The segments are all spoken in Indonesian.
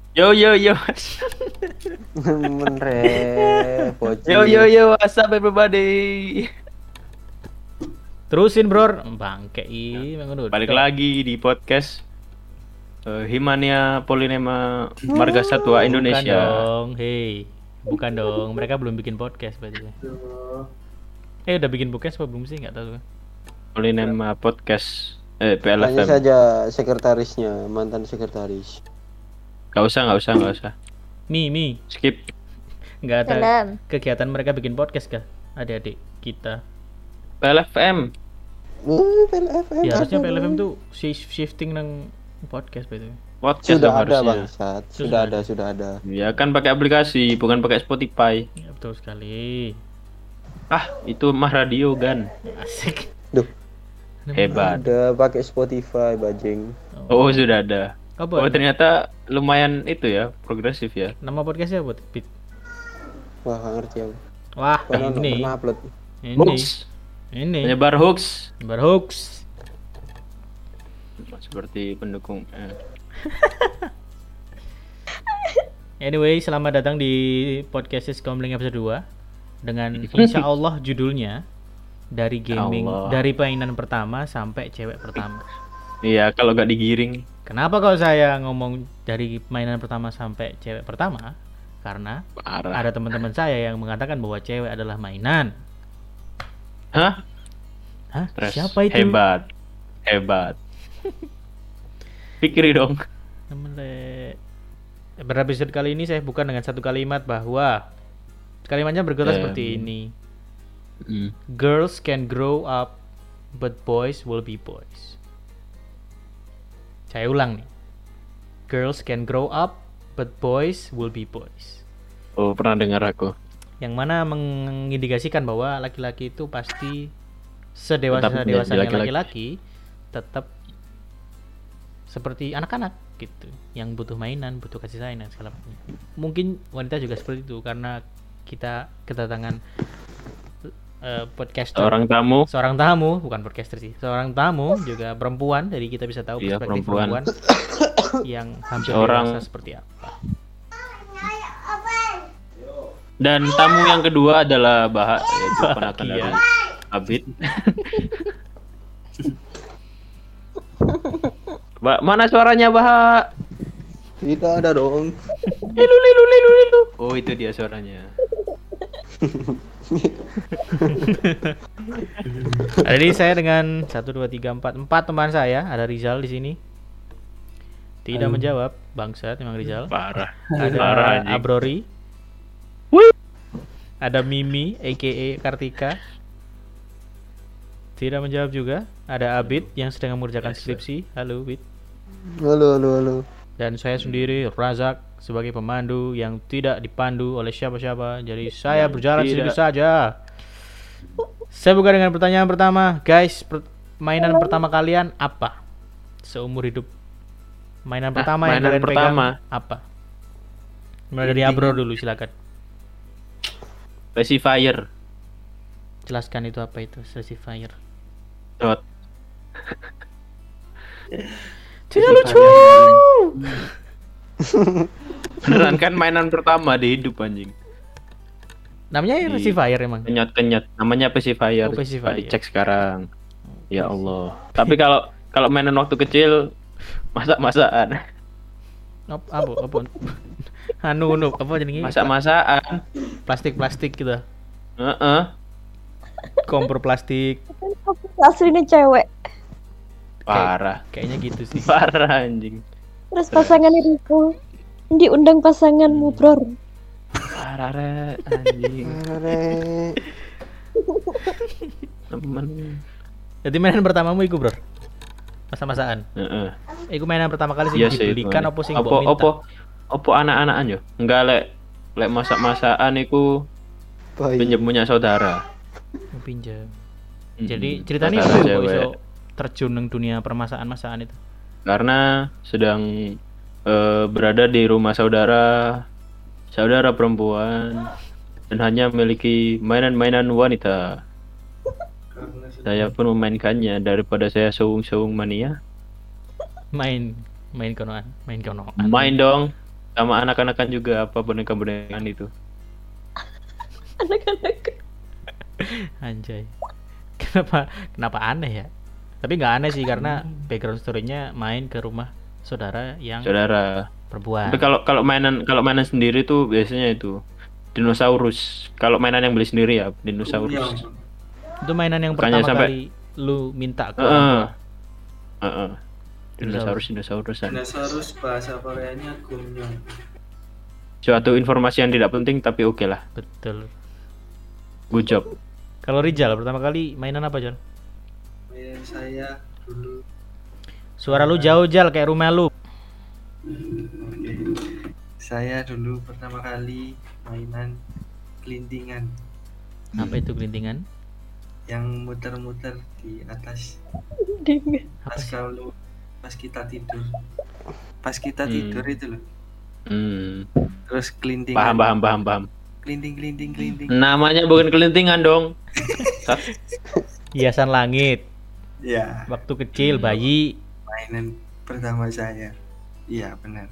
Yo yo yo. Yo yo Bocil. yo, what's up everybody? Terusin bro, bangke mengono. Balik lagi di podcast Himania Polinema Marga Satwa Bukan Indonesia. dong, hei. Bukan dong, mereka belum bikin podcast berarti. Udah bikin podcast apa belum sih? Nggak tahu. Polinema Podcast Tanya PLFM. saja sekretarisnya, mantan sekretaris. Gak usah. Mi, Skip. nggak ada Salam. kegiatan mereka bikin podcast kah? Adik-adik kita. PLFM. PLFM. Ya harusnya PLFM tuh shifting nang podcast berarti. Podcast Sudah dong ada harusnya. bangsat. Sudah Sudah ada. Ya kan pakai aplikasi, bukan pakai Spotify. Ya, betul sekali. Itu mah radio kan. Asik. Duh, Hebat. ada pakai Spotify bajing. Oh, sudah ada. Apa? Oh, ternyata lumayan itu ya, progresif ya. Nama podcastnya apa? Pit. Wah, nggak ngerti aku. Wah, Pernah ini. pernah upload. Hoax. Ini. Menyebar hoax. Berhoax. Seperti pendukung Anyway, selamat datang di podcast Komling episode 2 dengan insya Allah judulnya dari gaming, Allah. dari mainan pertama sampai cewek pertama. Iya, kalau gak digiring. Kenapa kalau saya ngomong dari mainan pertama sampai cewek pertama? Karena Parah. ada teman-teman saya yang mengatakan bahwa cewek adalah mainan. Hah? Hah? Stres. Siapa itu? Hebat. Pikiri dong. Pada episode kali ini saya bukan dengan satu kalimat bahwa kalimatnya berkata seperti ini. Girls can grow up, but boys will be boys. Saya ulang nih. Girls can grow up, but boys will be boys. Oh, pernah dengar aku. Yang mana mengindikasikan bahwa laki-laki itu pasti Tetap menjadi sedewasa-dewasanya laki-laki. laki-laki tetap seperti anak-anak gitu, yang butuh mainan, butuh kasih sayang dan segala macam. Mungkin wanita juga seperti itu karena kita kedatangan podcaster, seorang tamu, bukan podcaster sih, seorang tamu juga perempuan, jadi kita bisa tahu Iya, perspektif perempuan. yang hampir Seorang- dewasa seperti apa. Dan tamu yang kedua adalah Baha, yaitu ponakan Iya. dari Abid. Mana suaranya, Baha? Tidak ada dong. Lilu. Oh, itu dia suaranya. Jadi saya dengan 1 2 3 4 teman saya, ada Rizal di sini. Tidak menjawab, bangsat memang Rizal. Parah. Ada Parah, anjing. Abrori. Ada Mimi aka Kartika. Tidak menjawab juga. Ada Abid yang sedang mengerjakan skripsi. Halo Abid. Halo. Dan saya sendiri Razak sebagai pemandu yang tidak dipandu oleh siapa-siapa. Jadi saya berjalan tidak. sendiri saja. Saya buka dengan pertanyaan pertama, guys. Mainan pertama kalian apa? Seumur hidup. Mainan pertama yang mainan kalian pertama. pegang apa? Mulai dari Abro dulu, silakan. Pacifier. Jelaskan itu apa itu, Pacifier. Dot. Tidak lucu. Beneran kan mainan pertama di hidup anjing. Namanya Di- Pacifier emang. Kenyot namanya Pacifier. Oh, Pacifier. Coba dicek sekarang. Ya Allah. Tapi kalau mainan waktu kecil masak-masakan. Apa? Anu apa jenenge? Masak-masakan. Plastik gitu. Heeh. Kompor plastik. Aslinya cewek. Parah. Kayaknya gitu sih. Parah anjing. Terus pasangan itu diundang pasanganmu, bro. Parah Re. Anjing. Arek. Temen. Jadi mainan pertamamu iku, Bro? Masak-masakan. Heeh. Iku mainan pertama kali sing Iya sih. dibelikan apa sing Opo mbok minta? opo anak-anakan yo. Enggak lek masak-masakan iku Baik. pinjem punya saudara. Pinjam. Mm-mm. Jadi ceritanya Saudara apa kok cewek. iso terjun nang dunia permasaan-masaan itu? Karena sedang berada di rumah saudara perempuan dan hanya memiliki mainan-mainan wanita. Saya pun memainkannya daripada saya sewung-sewung mania. Main konoan. Main dong. sama anak-anakan juga apa boneka-bonekaan itu. Anak-anak. Anjay. Kenapa aneh ya? Tapi nggak aneh sih karena background story-nya main ke rumah saudara yang Saudara. perempuan. Tapi kalau mainan sendiri tuh biasanya itu dinosaurus. Kalau mainan yang beli sendiri ya dinosaurus. Itu mainan yang Makanya pertama sampai- kali lu minta ke orang tua. Heeh. Dinosaurusan. Dinosaurus bahasa Koreanya Gumyong. Suatu informasi yang tidak penting tapi oke lah. Betul. Good job. Kalau Rijal pertama kali mainan apa, Jon? Mainan saya dulu. Suara lu jauh, Jal, kayak rumah lu. Oke. Saya dulu pertama kali mainan kelintingan Apa itu gelintingan? yang muter-muter di atas Dengan pas kita tidur. Pas kita tidur itu loh. Terus kelintingan. Paham. Kelinting. Namanya bukan kelintingan dong. Hiasan langit. Ya, Waktu kecil, bayi. mainan pertama saya. Iya, benar.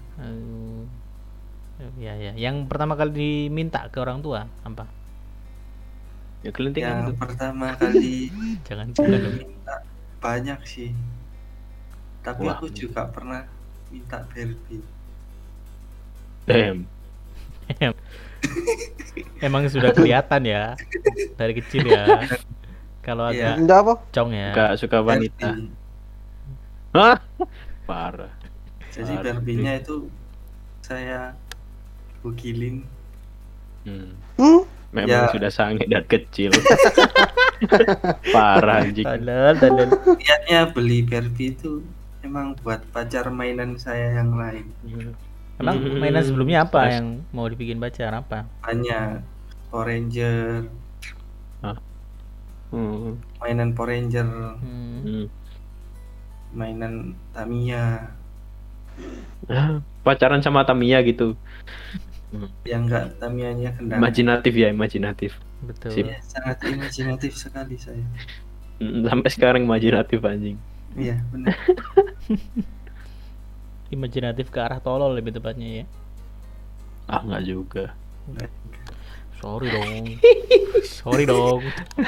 Ya. Yang pertama kali diminta ke orang tua apa? Ya kelintingan Yang itu. pertama kali Jangan. minta banyak sih. Tapi Wah. aku juga pernah minta Barbie. Damn. Emang sudah kelihatan ya dari kecil ya. Kalau Iya. agak Enggak apa? cong ya. Suka wanita. Barbie. Hah? Parah. Jadi Barbie. Barbie-nya itu saya bugilin. Memang Ya. sudah sange dan kecil. Parah anjing. Tadal. Niatnya beli Barbie itu emang buat pacar mainan saya yang lain. Emang mainan sebelumnya apa Stres. yang mau dibikin pacar apa? Banyak Power Ranger, Hmm. mainan Power Ranger, mainan Tamiya. Pacaran sama Tamiya gitu. Yang enggak Tamiyanya kendang. Imajinatif. Betul. Sip. Ya, sangat imajinatif sekali saya. Sampai sekarang imajinatif anjing. Iya, benar. Imajinatif ke arah tolol lebih tepatnya ya. Enggak juga. Sorry dong.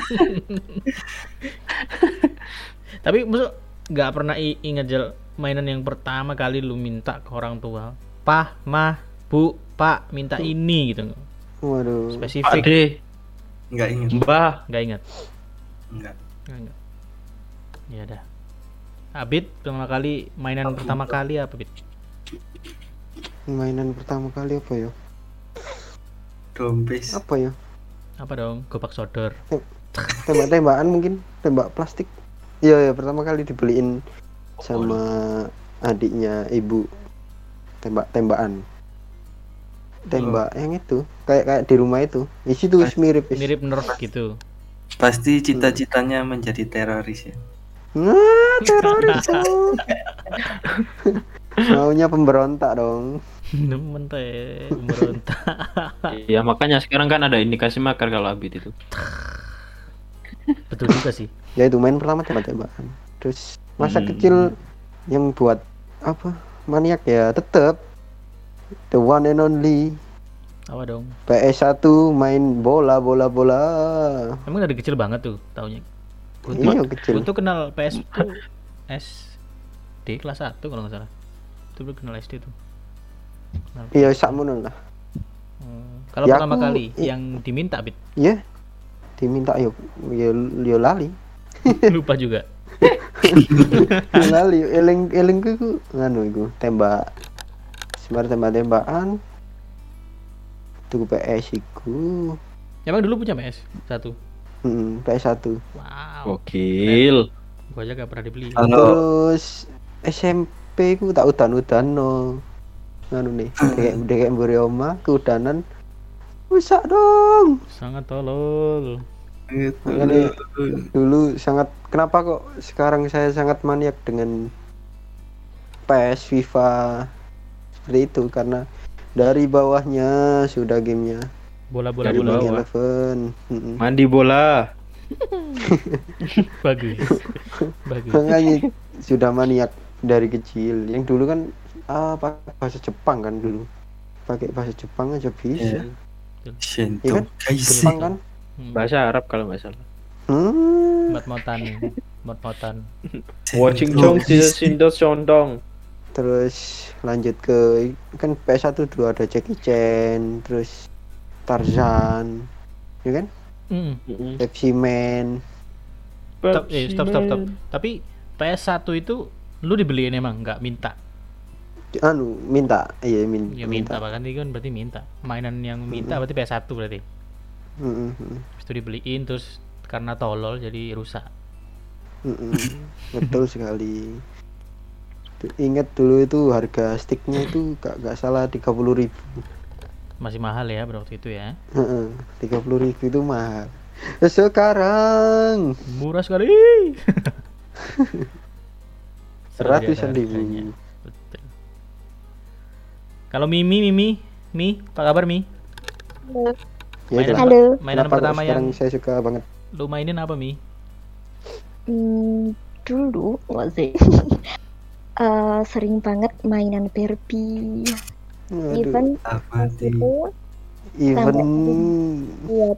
Tapi maksud nggak pernah ingat Jal mainan yang pertama kali lu minta ke orang tua. Pah, mah, bu, pak, minta ini gitu. Waduh. Spesifik. Ade, Enggak ingat. Mbah. Nggak ingat. Enggak. Ya dah. Abid pertama kali mainan pertama kali apa, Bid? Mainan pertama kali apa ya? Dompes. Apa ya? Apa dong? Gobak sodor. Tembak-tembakan mungkin, tembak plastik. Iya, pertama kali dibeliin sama adiknya ibu. Tembak-tembakan. Tembak yang itu, kayak di rumah itu. Isi tuh mirip. Mirip Nerf gitu. Pasti cita-citanya menjadi teroris ya. Nah, teroris dong. Maunya pemberontak dong. Nemen teh, pemberontak. Ya makanya sekarang kan ada indikasi makar kalau Abid itu. Betul juga sih. Ya itu main pertama tembak-tembakan. Terus masa kecil yang buat apa? Maniak ya tetep the one and only Apa dong? PS1 main bola. Emang dari kecil banget tuh taunya. Iya kecil. Gue tuh kenal PS tuh SD kelas 1 kalau nggak salah. Itu baru kenal SD tuh. Kenal. Iya sakmono lah. Kalau Ya, pertama aku- kali yang diminta, Bit. Iya. Diminta yo lali. Lupa juga. Lali eling ku nganu iku tembak. Sembar tembak-tembakan. Tuku PS iku. Emang dulu punya PS 1. PS1. Wow. Gokil. Gua aja gak pernah dibeli. Kalau Terus SMP ku tak udan-udano. Nganu nih, dek mburi oma keudanan. Rusak dong. Sangat tolol. Makanya dulu sangat, kenapa kok sekarang saya sangat maniak dengan PS, FIFA seperti itu, karena dari bawahnya sudah gamenya Bola-bola Dari bola. bawah. Eleven. Mandi bola. Bagus. Bagus. Makanya sudah maniak dari kecil. Yang dulu kan bahasa Jepang kan dulu. pakai bahasa Jepang aja bisa. Iya. Iya Shinto kan? Kaisen. Jepang kan? Bahasa Arab kalau nggak salah. Mot-motan. Watching Shinto Chong Shindo Shondong. Terus lanjut ke kan PS1 dulu ada Jackie Chan, terus Tarzan, ya kan? Pepsi Man. Stop. Tapi PS1 itu lu dibeliin emang nggak minta? Minta. Iya, Ya minta bahkan itu kan berarti minta. Mainan yang minta berarti PS1 berarti. Terus itu dibeliin terus karena tolol jadi rusak. Betul sekali. Ingat dulu itu harga sticknya itu gak salah 30.000. Masih mahal ya waktu itu ya. 30.000 itu mahal. Sekarang Murah sekali. Seratusan Harganya. ribu. Betul. Kalau Mi, apa kabar Mi? Ya, Mainan, itulah. Halo. mainan Kenapa kok pertama sekarang yang saya suka banget. lu mainin apa Mi? Dulu nggak sih. Sering banget mainan Barbie. Aduh, Even Apa sih? itu even buat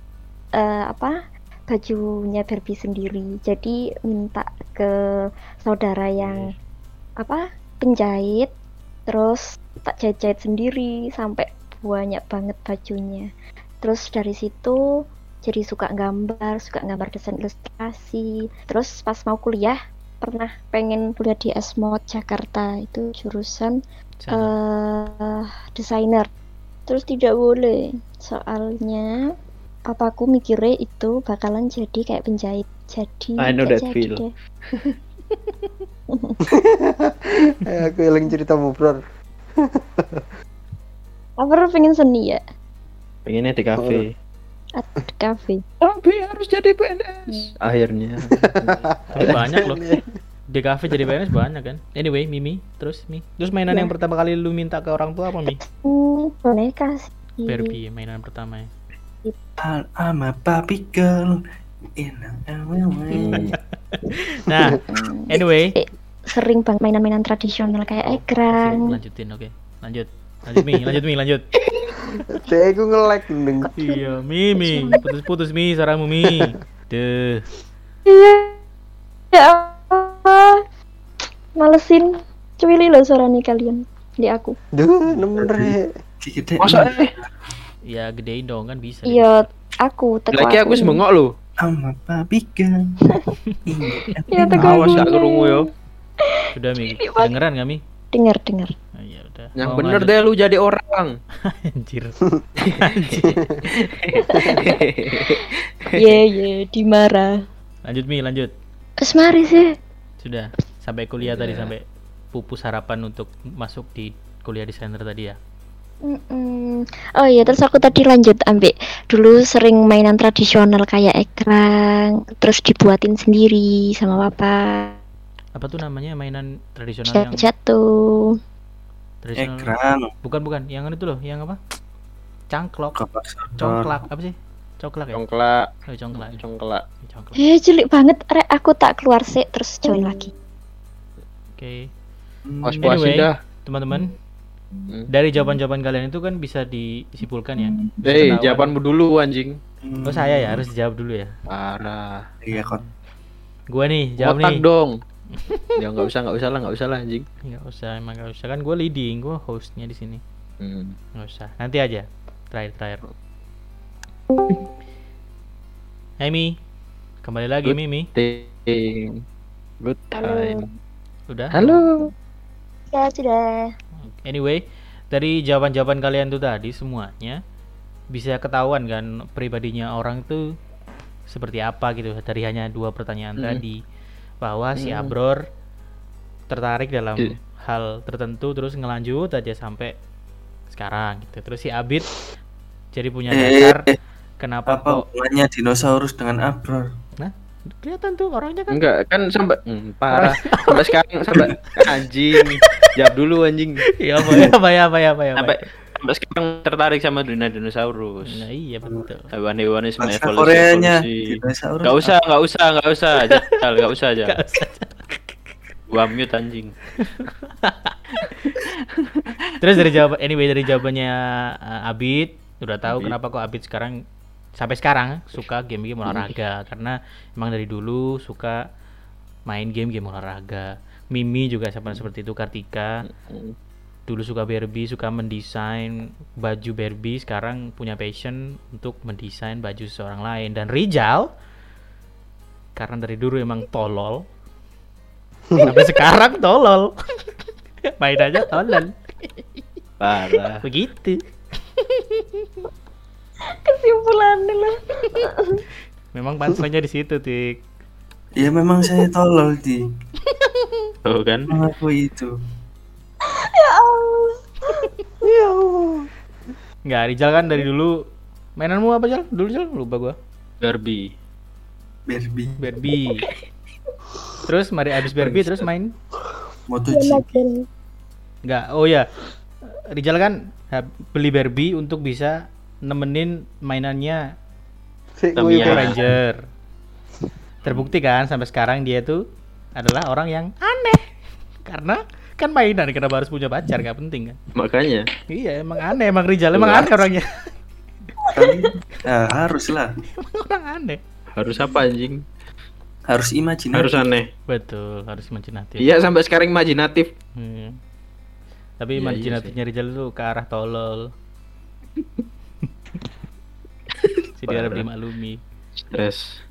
bajunya Barbie sendiri. Jadi minta ke saudara yang penjahit, terus tak jahit sendiri sampai banyak banget bajunya. Terus dari situ jadi suka gambar desain ilustrasi. Terus pas mau kuliah pernah pengen kuliah di Esmod Jakarta, itu jurusan desainer. Terus tidak boleh soalnya papaku mikirnya itu bakalan jadi kayak penjahit, jadi I know nggak that jadi feel. deh. aku yang ceritamu, bro. Apa pengen seni ya? Pengennya di kafe. Atau di kafe? Tapi harus jadi PNS. Akhirnya. Tapi banyak loh. Di kafe jadi PNS banyak kan. Anyway, terus mainan Ya. yang pertama kali lu minta ke orang tua apa Mi? Boneka sih. Barbie, mainan pertama ya. I'm a Barbie girl in a way. Nah, anyway, Sering banget mainan-mainan tradisional kayak egrang. lanjutin oke. Lanjut Mi, lanjut. Saya aku nge-lag deng. Iya, Mi, putus-putus Mi, suaramu Mi. Deh. Iya. Ya Allah. Malesin. Cuili loh suaranya kalian di aku. Duh, bener. Gede. Masa Ya gedein dong kan bisa. Iya, aku teko lagi aku semengok lu. I'm a Barbie girl. Ya teko Awas aku. gak kerungu yo. Sudah Mi, kedengeran gak Mi? Dengar. Oh, iya udah. Yang Mau bener lanjut? deh lu jadi orang. Anjir. Ye, dimarah. Lanjut Mi, lanjut. Mari sih. Sudah sampai kuliah tadi, sampai pupus harapan untuk masuk di kuliah desainer tadi ya. Oh iya, terus aku tadi lanjut ambek dulu sering mainan tradisional kayak egrang, terus dibuatin sendiri sama papa. Apa tuh namanya mainan tradisional yang Jatuh. tradisional? Egrang. Bukan, yang itu loh, yang apa? Cangklok, Kapak sodor. congklak, apa sih? Congklak ya? Congklak. Oh, congklak. Congklak. Congklak. Cilik banget, rek aku tak keluar sih terus join lagi. Oke. Puas-puasin Anyway, dah. teman-teman, dari jawaban-jawaban kalian itu kan bisa disimpulkan ya. Bisa Hei, ketahuan. jawabanmu dulu anjing. Oh saya ya harus dijawab dulu ya. Parah. Iya kok. Gua nih jawab Otak nih. dong. Ya nggak usah lah anjing. Nggak usah, emang nggak usah kan gue leading, gue hostnya di sini. Nggak usah. Nanti aja. Terakhir. Hai Mi, kembali lagi Mi. Good time. Udah. Halo. Ya sudah. Anyway, dari jawaban-jawaban kalian tuh tadi semuanya bisa ketahuan kan pribadinya orang tuh seperti apa gitu dari hanya 2 pertanyaan tadi, bahwa si Abror tertarik dalam hal tertentu terus ngelanjut aja sampai sekarang gitu. Terus si Abid jadi punya dasar kenapa Apa kok hubungannya dinosaurus dengan Abror? kelihatan tuh orangnya kan. Enggak, kan sampai parah. Sampai sekarang sampai anjing. Jawab dulu anjing. Ya apa ya. Sampai sekarang tertarik sama dinosaurus. Nah iya betul. Hewan-hewan semua Bahasa Koreanya evolusi. dinosaurus. Gak usah. Jal, gak usah aja. Nggak usah. Gua mute anjing. Terus dari jawabannya Abid, udah tahu Abid. kenapa kok Abid sampai sekarang suka game-game olahraga karena emang dari dulu suka main game olahraga. Mimi juga sama seperti itu, Kartika. Dulu suka Barbie, suka mendesain baju Barbie, sekarang punya passion untuk mendesain baju seorang lain. Dan Rijal karena dari dulu emang tolol. Sampai sekarang tolol. Main aja tolol. Parah. Begitu. Kesimpulannya lah. Memang punchline-nya di situ, Tik. Ya memang saya tolol di Tuh kan. mengakui itu. Ya Allah. Ya Allah. Enggak, Rijal kan dari dulu mainanmu apa, Jal? Dulu, Jal, lupa gua. Barbie. Barbie. Terus mari habis Barbie terus main? MotoGP. Enggak. Oh ya. Rijal kan beli Barbie untuk bisa nemenin mainannya Sik, Tamiya. gue Power juga. Ranger. Terbukti kan sampai sekarang dia tuh adalah orang yang aneh. Karena kan mainan, kenapa harus punya pacar, gak penting kan? Makanya. Iya, emang aneh, emang Rijal emang aneh orangnya. Harus lah. Emang orang aneh. Harus apa anjing? Harus imajinatif. Harus aneh. Betul, harus imajinatif. Iya, sampai sekarang imajinatif. Tapi Iya, imajinatifnya Rijal itu ke arah tolol. Jadi harap Parah. dimaklumi. Stres.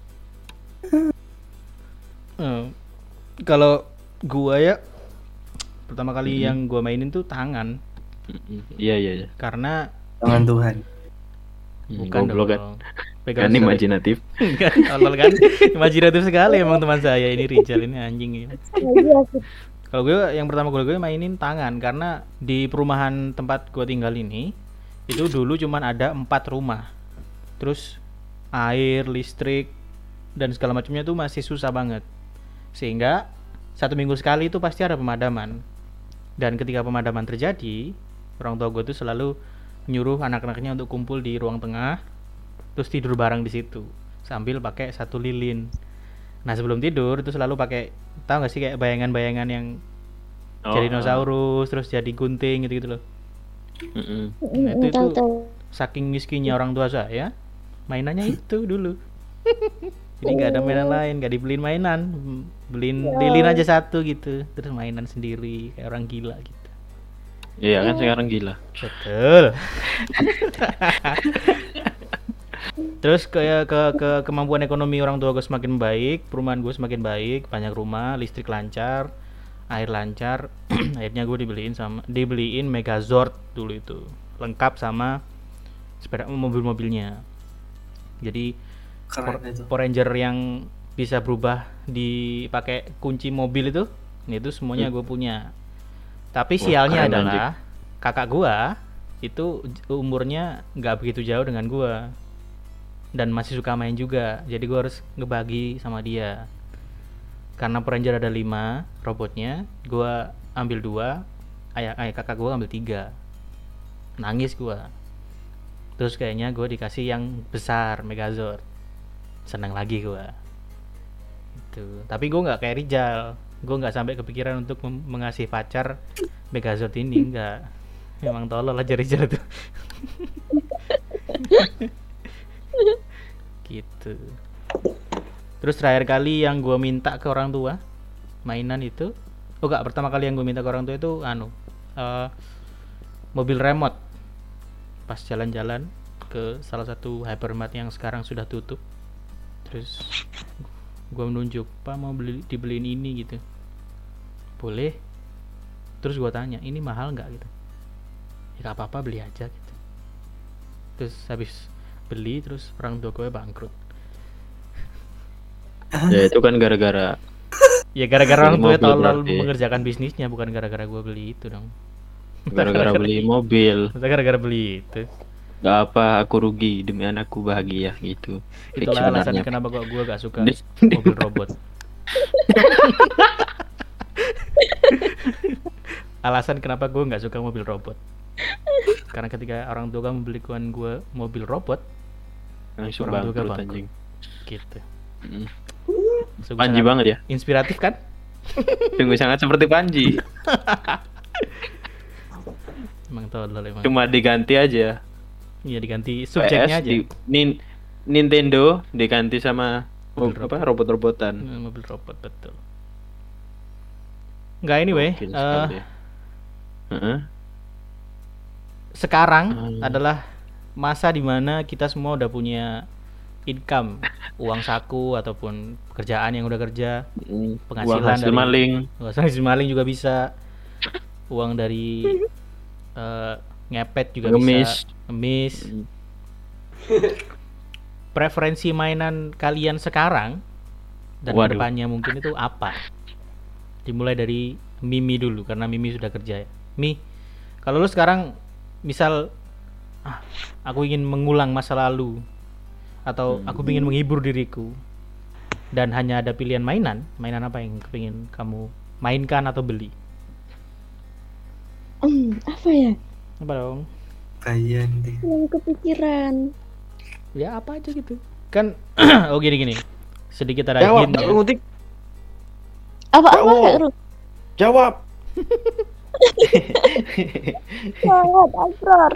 Kalau gua ya pertama kali yang gua mainin tuh tangan, Iya. karena Tangan Tuhan. bukan Goblok kan. dong. Kan Pegang imajinatif. Enggak, tolol kan. Imajinatif sekali emang teman saya ini, Rijal ini anjing ini. Kalau gue yang pertama gue mainin tangan karena di perumahan tempat gue tinggal ini itu dulu cuman ada 4 rumah. Terus air, listrik dan segala macamnya tuh masih susah banget. Sehingga 1 minggu sekali itu pasti ada pemadaman. Dan ketika pemadaman terjadi, orang tua gue tuh selalu nyuruh anak-anaknya untuk kumpul di ruang tengah, terus tidur bareng di situ sambil pakai satu lilin. Nah sebelum tidur itu selalu pakai, tahu nggak sih kayak bayangan-bayangan yang jadi dinosaurus, terus jadi gunting gitu-gitu loh. Nah, itu Tahu. saking miskinnya orang tua saya, mainannya itu dulu. Jadi nggak ada mainan lain, nggak dibeliin mainan, beliin lilin aja satu gitu, terus mainan sendiri kayak orang gila gitu. Iya kan sekarang gila. Betul. Terus kayak ke kemampuan ekonomi orang tua gue semakin baik, perumahan gue semakin baik, banyak rumah, listrik lancar, air lancar. Akhirnya gue dibeliin Megazord dulu itu, lengkap sama sepeda mobil-mobilnya. Jadi Keren itu. Power Ranger yang bisa berubah dipakai kunci mobil itu semuanya gue punya. Tapi Wah, sialnya keren, adalah kakak gua itu umurnya nggak begitu jauh dengan gua dan masih suka main juga, jadi gua harus ngebagi sama dia. Karena Power Ranger ada 5 robotnya, gua ambil 2, ayah kakak gua ambil 3. Nangis gua. Terus kayaknya gua dikasih yang besar, Megazord. Senang lagi gua. Itu. Tapi gua nggak kayak Rijal. Gue nggak sampai kepikiran untuk mengasih pacar Megazord ini, enggak. Memang tolol aja Rijal itu. Gitu. Terus terakhir kali yang gue minta ke orang tua mainan itu, pertama kali yang gue minta ke orang tua itu mobil remote. Pas jalan-jalan ke salah satu hypermart yang sekarang sudah tutup, terus gue menunjuk, Pak mau dibeliin ini gitu, boleh. Terus gue tanya, ini mahal nggak gitu? Ya nggak apa-apa, beli aja gitu. Terus habis beli, terus orang tua gue bangkrut. Ya itu kan gara-gara Ya gara-gara orang tua Beli mobil tolol berarti. mengerjakan bisnisnya, bukan gara-gara gue beli itu dong. gara-gara beli mobil. Gara-gara beli itu. Gak apa, aku rugi demi anakku bahagia gitu. Itulah alasan Sebenarnya. kenapa kok gue gak suka Ini- mobil robot. Alasan kenapa gue nggak suka mobil robot. Karena ketika orang tua membelikan gue mobil robot, langsung orang tua bangkrut bangkrut. anjing. Gitu. Mm. So, Panji sangat banget ya. inspiratif kan? Sungguh sangat seperti Panji. Emang tolol emang. Cuma diganti aja. Iya diganti subjeknya PS aja. Nintendo diganti sama robot-robotan. Mobil robot betul. Enggak anyway, Gokil sekali. Heeh. sekarang adalah masa dimana kita semua udah punya income, uang saku ataupun pekerjaan yang udah kerja, Uang penghasilan hasil dari maling. hasil maling juga bisa, uang dari ngepet juga Ngemis. bisa, ngemis. Preferensi mainan kalian sekarang dan Waduh. kedepannya mungkin itu apa? Dimulai dari Mimi dulu karena Mimi sudah kerja ya. Mi, kalau lu sekarang misal aku ingin mengulang masa lalu atau aku ingin menghibur diriku dan hanya ada pilihan mainan apa yang kepingin kamu mainkan atau beli? Apa ya? Apa dong? Bayan deh. Yang kepikiran. Ya apa aja gitu. Kan oh gini. Sedikit ada Jawab, hint ya. ngutik. Apa-apa Jawab. nggak Ru? Jawab. Sangat Asrar.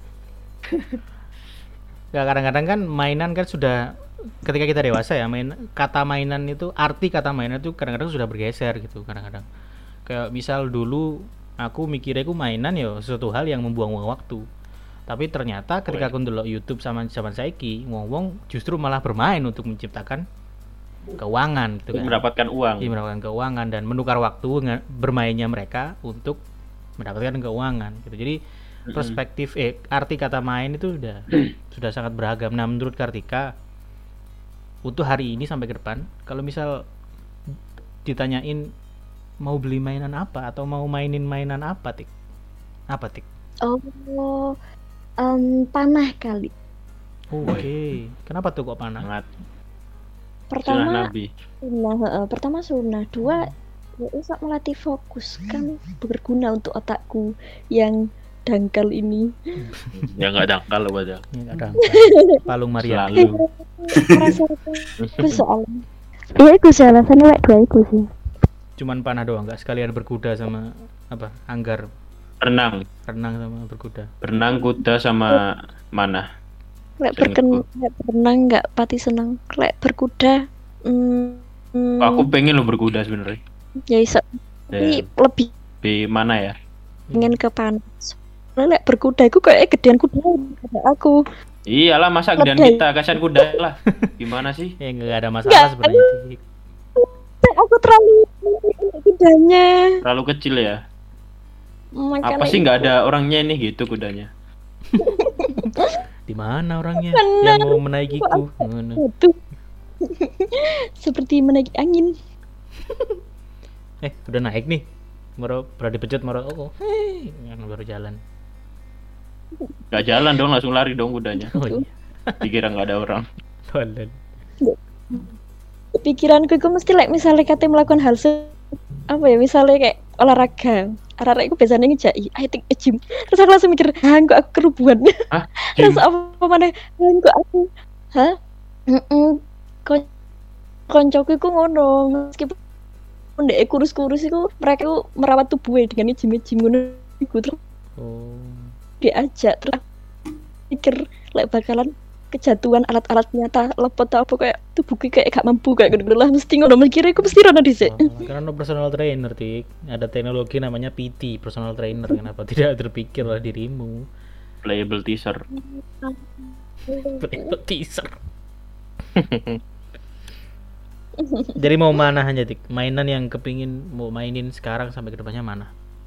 Ya kadang-kadang kan mainan kan sudah ketika kita dewasa ya kata mainan itu arti kata mainan itu kadang-kadang sudah bergeser gitu kadang-kadang. Kayak misal dulu aku mikirnya aku mainan ya sesuatu hal yang membuang-buang waktu. Tapi ternyata ketika aku ndelok YouTube sama zaman saiki, wong-wong justru malah bermain untuk menciptakan keuangan gitu kan. Mendapatkan uang. Iya, mendapatkan keuangan dan menukar waktu bermainnya mereka untuk mendapatkan keuangan gitu. Jadi perspektif arti kata main itu sudah sangat beragam. Nah, menurut Kartika untuk hari ini sampai ke depan, kalau misal ditanyain mau beli mainan apa atau mau mainin mainan apa, Tik? Apa, Tik? Oh, panah kali. Oh, oke. Kenapa tuh kok panah? Sangat sunnah Pertama Nabi. pertama sunnah, dua ya bisa melatih fokus kan berguna untuk otakku yang dangkal ini. Ya nggak dangkal loh Bada. Ini ada Palung Maria. Selalu. Rasaku soalnya. Iya, aku sih alasannya lek dua itu sih. Cuman panah doang, nggak sekalian berkuda sama apa? Anggar Renang renang sama berkuda. kuda sama mana? Lek Seingatku. berenang nggak pati senang. Lek berkuda, Aku pengen lo berkuda sebenarnya. ya iso. Tapi lebih Di mana ya? ingin ke panas. Lek berkuda itu kayak gedean kuda ada aku. Iyalah masa gedean Lebih. kita kasihan kuda lah. Gimana sih? Ya nggak ada masalah sebenarnya. Tik. Aku terlalu kudanya. Terlalu kecil ya. Makanya Apa sih nggak ada orangnya nih gitu kudanya? Di mana orangnya Benar. yang mau menaikiku? Ngono. Waduh. Seperti menaiki angin. Udah naik nih. Baru dipecut baru jalan. Nggak jalan dong langsung lari dong kudanya. Oh iya. Dikira nggak ada orang. Tolol. Pikiranku itu mesti misalnya kate melakukan hal apa ya, misalnya kayak olahraga. Arek-arek aku biasanya ngejaki, ayo tik gym. Terus aku langsung mikir, kok aku kerubuhan. Hah? Terus apa mana? Kok aku, koncoku iku ngono, meskipun ndek kurus-kurus iku mereka iku merawat tubuhnya dengan gym ngono iku terus Oh. diajak terus pikir bakalan kejatuhan alat-alat nyata lepot atau apa kayak tubuhku kayak gak mampu kayak gitu lah, mesti ngono mikirnya aku mesti rono dhisik. Karena no personal trainer, Tik. Ada teknologi namanya PT, personal trainer. Kenapa tidak terpikir lah dirimu? Playable teaser. Teaser. Jadi mau mana hanya, Tik? Mainan yang kepingin mau mainin sekarang sampai kedepannya mana?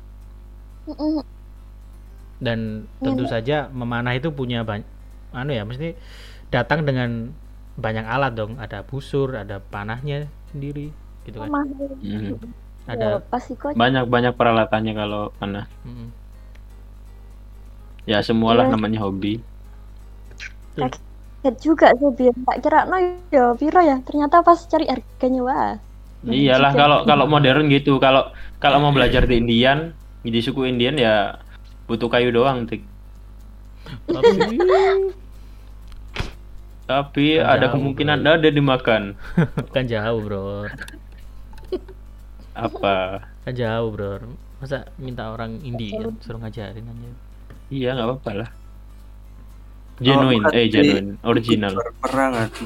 Dan tentu saja memanah itu punya banyak mesti datang dengan banyak alat dong, ada busur, ada panahnya sendiri gitu kan. Ada pasti kok Banyak peralatannya kalau mana. Ya semualah namanya hobi. kaget juga sih biar tak kira ya piro ya, ternyata pas cari harganya wah. Iyalah kalau modern gitu, kalau mau belajar di Indian, di suku Indian ya butuh kayu doang, Tik. Tapi Kan ada jauh, kemungkinan bro. ada dimakan. Kan jauh, bro. Apa? Kan jauh, Bro. Masa minta orang Indian suruh ngajarin aja. Iya, nggak apa-apa lah. Bukan Genuine, original. berperang aku.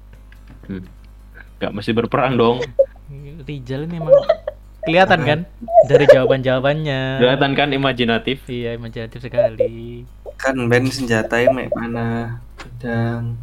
Nggak mesti berperang dong. Rijal ini emang kelihatan kan dari jawaban-jawabannya. Kelihatan kan imajinatif. Iya, imajinatif sekali. Kan band senjatanya mek mana pedang.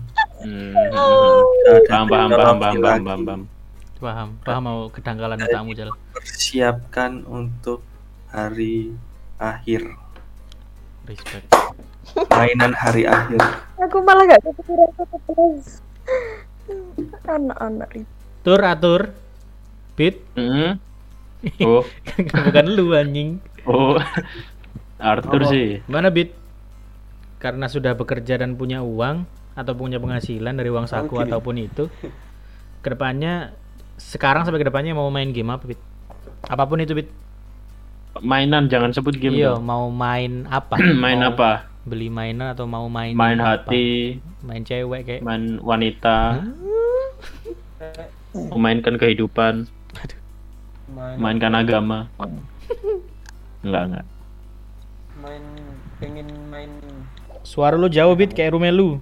Paham. Paham mau kedangkalan otakmu, Jal. Persiapkan untuk hari akhir. Respect. Mainan hari akhir. Aku malah gak kepikiran terus. Anak-anak itu. Atur. Beat. Oh, Bukan lu anjing. oh. Arthur sih. Mana Beat? Karena sudah bekerja dan punya uang atau punya penghasilan dari uang saku ataupun itu, kedepannya sekarang sampai kedepannya mau main game apa, Beat? Apapun itu, Beat. Mainan, jangan sebut game. Iya, dong. mau main apa? Main Mau apa? Beli mainan atau mau main apa? Hati, Main cewek kayak. main wanita, memainkan kehidupan, mainkan agama. Enggak. Pengen main Suara lu jauh, Beat, kayak Rumelu.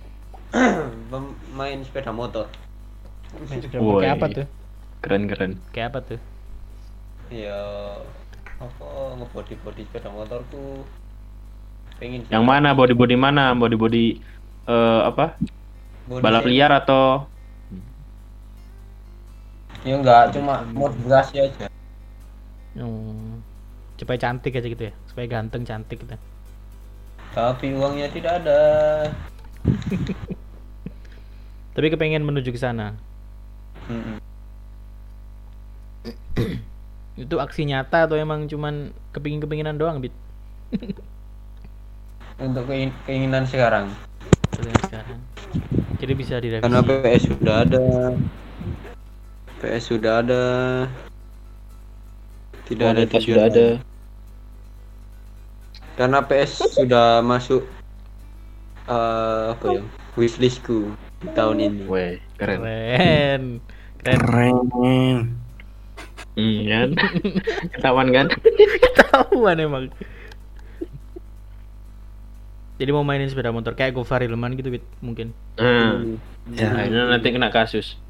main sepeda motor. Main sepeda motor kayak Woi. apa tuh? Keren. Kayak apa tuh? Ya apa ngebody sepeda motorku pengen Yang mana? Body mana? Body apa? Balap liar atau ya enggak cuma modifikasi aja Supaya cantik aja gitu ya, supaya ganteng cantik gitu. tapi uangnya tidak ada. Tapi kepengen menuju ke sana. Itu aksi nyata atau emang cuman kepingin-kepinginan doang, Bit? Untuk keinginan sekarang Kalian sekarang. Jadi bisa direvisi. karena PS sudah ada tidak ada wanita tujuan sudah ada? lain. Karena PS sudah masuk apa ya wishlistku di tahun ini. Weh, keren. Keren. Kan? Ketahuan kan? Ketahuan emang. Jadi mau mainin sepeda motor kayak Gofar Hilman gitu, Bit, mungkin. Ya, Ini nanti kena kasus.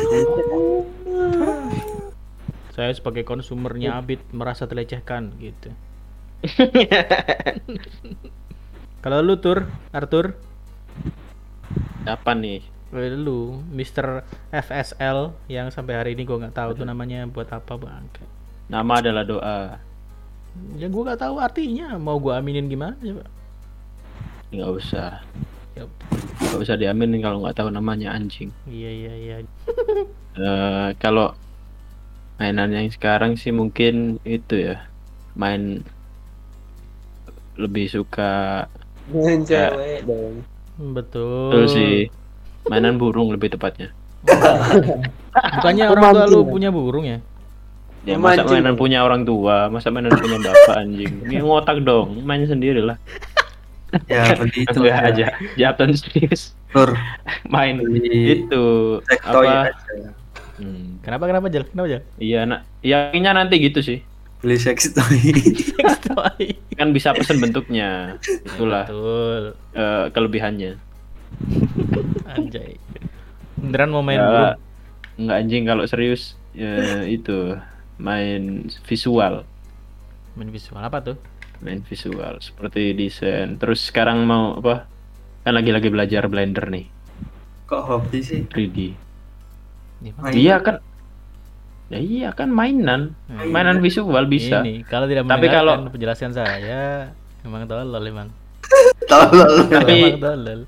Saya sebagai konsumernya Abid merasa terlecehkan gitu. Kalau lu Arthur, Apa nih? lu Mr. FSL yang sampai hari ini gua nggak tahu tuh namanya buat apa, Bang. Nama adalah doa. Ya gua nggak tahu artinya, mau gua aminin gimana coba? Nggak usah. Yup. Nggak usah diaminin kalau nggak tahu namanya, anjing. Iya. Kalau mainan yang sekarang sih mungkin itu ya, main lebih suka Main cewek dong. Betul. sih, mainan burung lebih tepatnya. Bukannya orang tua lu punya burung ya? Ya masa Memancing. mainan punya orang tua, masa mainan punya bapak, anjing. Ini ngotak dong, main sendiri lah. ya begitu Enggak ya. aja, jatuh serius. Tur, Main Beli itu sektoy apa? aja. Kenapa Jal? Iya, yakinnya nanti gitu sih. Beli sex toy. Kan bisa pesen bentuknya. Itulah Betul. kelebihannya. Anjay. Beneran mau main Ya, burung? enggak anjing, kalau serius itu main visual. Main visual apa tuh? Main visual seperti desain. Terus sekarang mau apa? Kan lagi belajar Blender nih, Kok hobi sih? 3D. Gimana? Main. Iya kan? Ya iya kan mainan. Mainan visual bisa. Ini kalau tidak Tapi mendengarkan kalau- penjelasan saya emang tolol emang. Tolol. Tapi Emang tolol.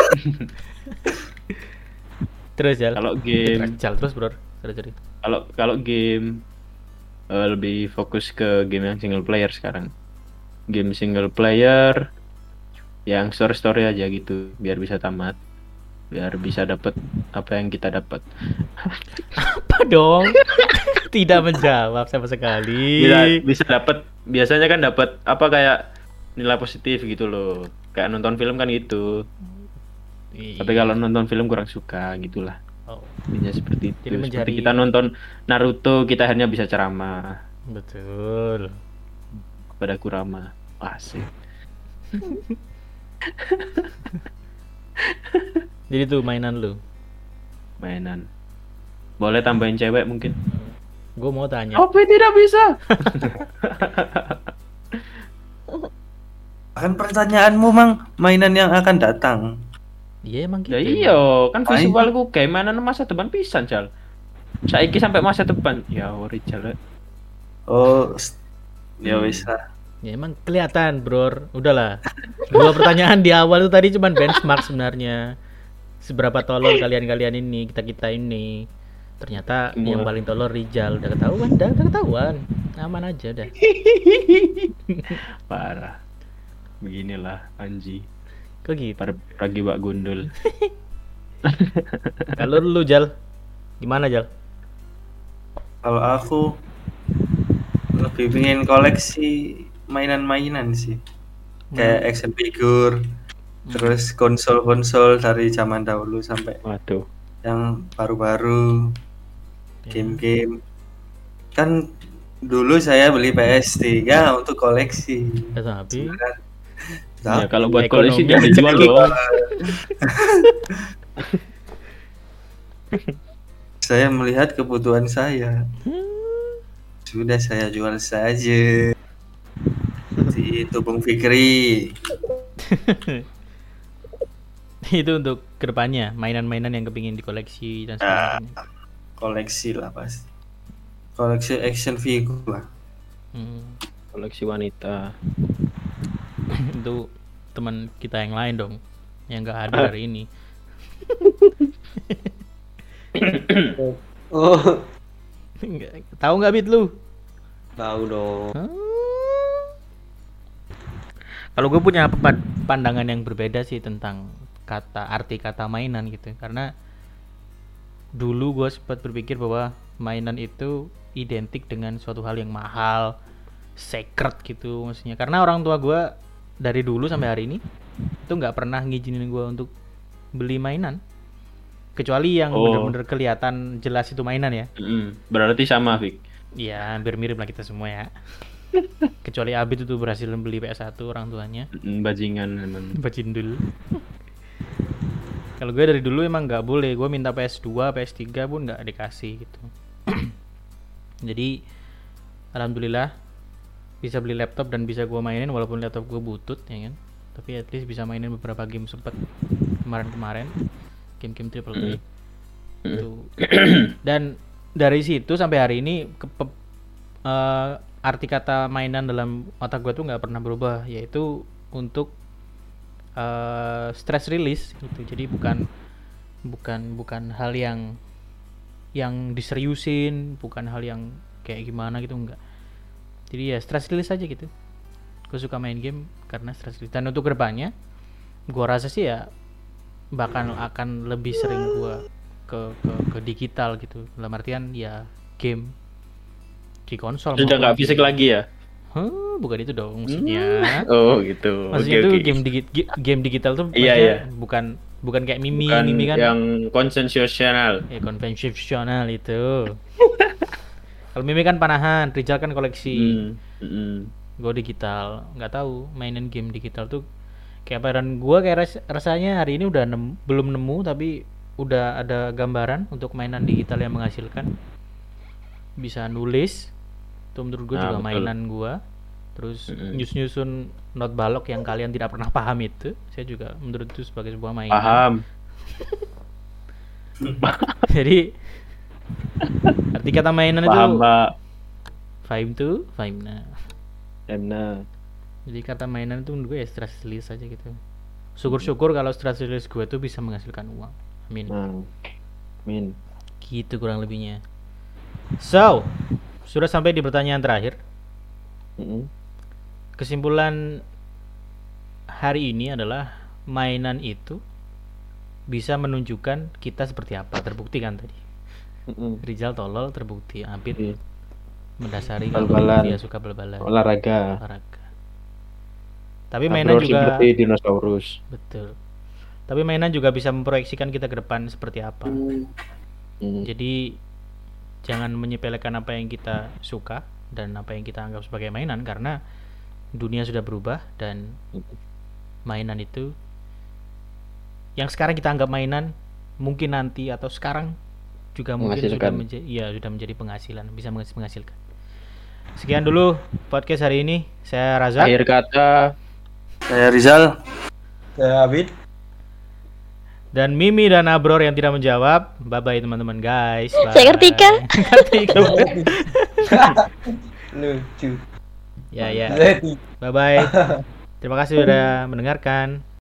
Terus Jal. kalau game Jal terus bro. Sorry. kalau game lebih fokus ke game yang single player sekarang. Game single player yang story aja gitu, biar bisa tamat, biar bisa dapat apa yang kita dapat. Apa dong? Tidak menjawab sama sekali. Bisa dapat, biasanya kan dapat apa kayak nilai positif gitu loh, kayak nonton film kan gitu. Iya. Tapi kalau nonton film kurang suka gitulah. Oh, Intinya seperti itu. Jadi Seperti mencari- kita nonton Naruto, kita akhirnya bisa ceramah betul. kepada Kurama. Asik. Jadi tuh mainan lu. Mainan. Boleh tambahin cewek mungkin? Gue mau tanya. Apa tidak bisa? Kan pertanyaanmu mang mainan yang akan datang. Iya emang gitu. Ya iya, kan visualku kayak mainan masa depan pisan, Cal. Saiki sampai masa depan. Ya, Rijal. Oh, ya wis lah. Ya emang kelihatan, bro. Udahlah. 2 pertanyaan di awal tuh tadi cuman benchmark sebenarnya. Seberapa tolol kalian-kalian ini, kita-kita ini. Ternyata Semua. yang paling tolol Rijal. Udah ketahuan. Aman aja dah. Parah. Beginilah Anji. Kok gitu? Pergi Pak Gundul. Kalau lu Jal, gimana Jal? Kalau aku lebih pengen koleksi mainan-mainan sih. Kayak action figure, terus konsol-konsol dari zaman dahulu sampai Waduh. yang baru-baru, game-game. Kan dulu saya beli PS3 untuk koleksi. Tapi Ya kalau buat Ekonomi koleksi jangan dijual dong. Saya melihat kebutuhan saya. Sudah saya jual saja. Si Tubung Fikri. itu untuk kedepannya mainan-mainan yang kepingin dikoleksi dan sebagainya. Koleksi lah pasti. Koleksi action figure lah. Koleksi wanita. Itu teman kita yang lain dong, yang nggak hadir hari ini. Oh, Tahu nggak Bit lu? tahu dong. Kalau gue punya pandangan yang berbeda sih tentang arti kata mainan gitu, karena dulu gue sempat berpikir bahwa mainan itu identik dengan suatu hal yang mahal, sacred gitu maksudnya. Karena orang tua gue dari dulu sampai hari ini itu nggak pernah ngizinin gue untuk beli mainan, kecuali yang bener-bener kelihatan jelas itu mainan ya. Berarti sama, Fik. Iya, hampir mirip lah kita semua ya. Kecuali Abid itu berhasil beli PS1 orang tuanya. Bajingan emang. Bacindul. Kalau gue dari dulu emang nggak boleh, gue minta PS2, PS3 pun nggak dikasih gitu. Jadi alhamdulillah bisa beli laptop dan bisa gue mainin walaupun laptop gue butut ya kan. Tapi at least bisa mainin beberapa game sempet kemarin-kemarin, game-game AAA itu. Dan dari situ sampai hari ini arti kata mainan dalam otak gue tuh nggak pernah berubah, yaitu untuk stress release gitu. Jadi bukan hal yang diseriusin, bukan hal yang kayak gimana gitu, enggak. Jadi ya stress release aja gitu. Gue suka main game karena stress release. Dan untuk kedepannya gue rasa sih ya bahkan akan lebih sering gue ke digital gitu, dalam artian ya game di konsol. Sudah nggak fisik lagi ya? Bukan itu dong maksudnya. Oh gitu. Maksudnya itu game digital tuh iya. bukan kayak mimi Bukan kan yang konvensional. ya konvensional itu. Kalau mimi kan panahan, Rijal kan koleksi. Gue digital, nggak tahu mainan game digital tuh kayak apa. Dan gue kayak rasanya hari ini udah belum nemu, tapi udah ada gambaran untuk mainan digital yang menghasilkan, bisa nulis. Itu menurut gue juga betul. mainan gue. Terus nyusun not balok yang kalian tidak pernah paham itu, saya juga menurut itu sebagai sebuah mainan. Paham. Jadi arti kata mainan Paham, itu Pak. Faimna. Jadi kata mainan itu menurut gue ya stress release aja gitu. Syukur-syukur kalau stress release gue tuh bisa menghasilkan uang. Amin. Amin. Gitu kurang lebihnya. So, sudah sampai di pertanyaan terakhir. Kesimpulan hari ini adalah mainan itu bisa menunjukkan kita seperti apa. Terbukti kan tadi. Rizal tolol, terbukti. Abid mendasari Bal-balan. dia suka bal-balan. Olahraga. Tapi mainan juga seperti dinosaurus. betul. Tapi mainan juga bisa memproyeksikan kita ke depan seperti apa. Jadi jangan menyepelekan apa yang kita suka dan apa yang kita anggap sebagai mainan, karena dunia sudah berubah dan mainan itu yang sekarang kita anggap mainan mungkin nanti atau sekarang juga mungkin sudah menjadi penghasilan, bisa menghasilkan. Sekian dulu podcast hari ini. Saya Razak. Akhir kata, Saya Rizal. Saya Abid. Dan Mimi dan Abror yang tidak menjawab. Bye-bye teman-teman guys. Bye. Saya Kartika. Lucu. Ya. Bye-bye. Terima kasih sudah mendengarkan.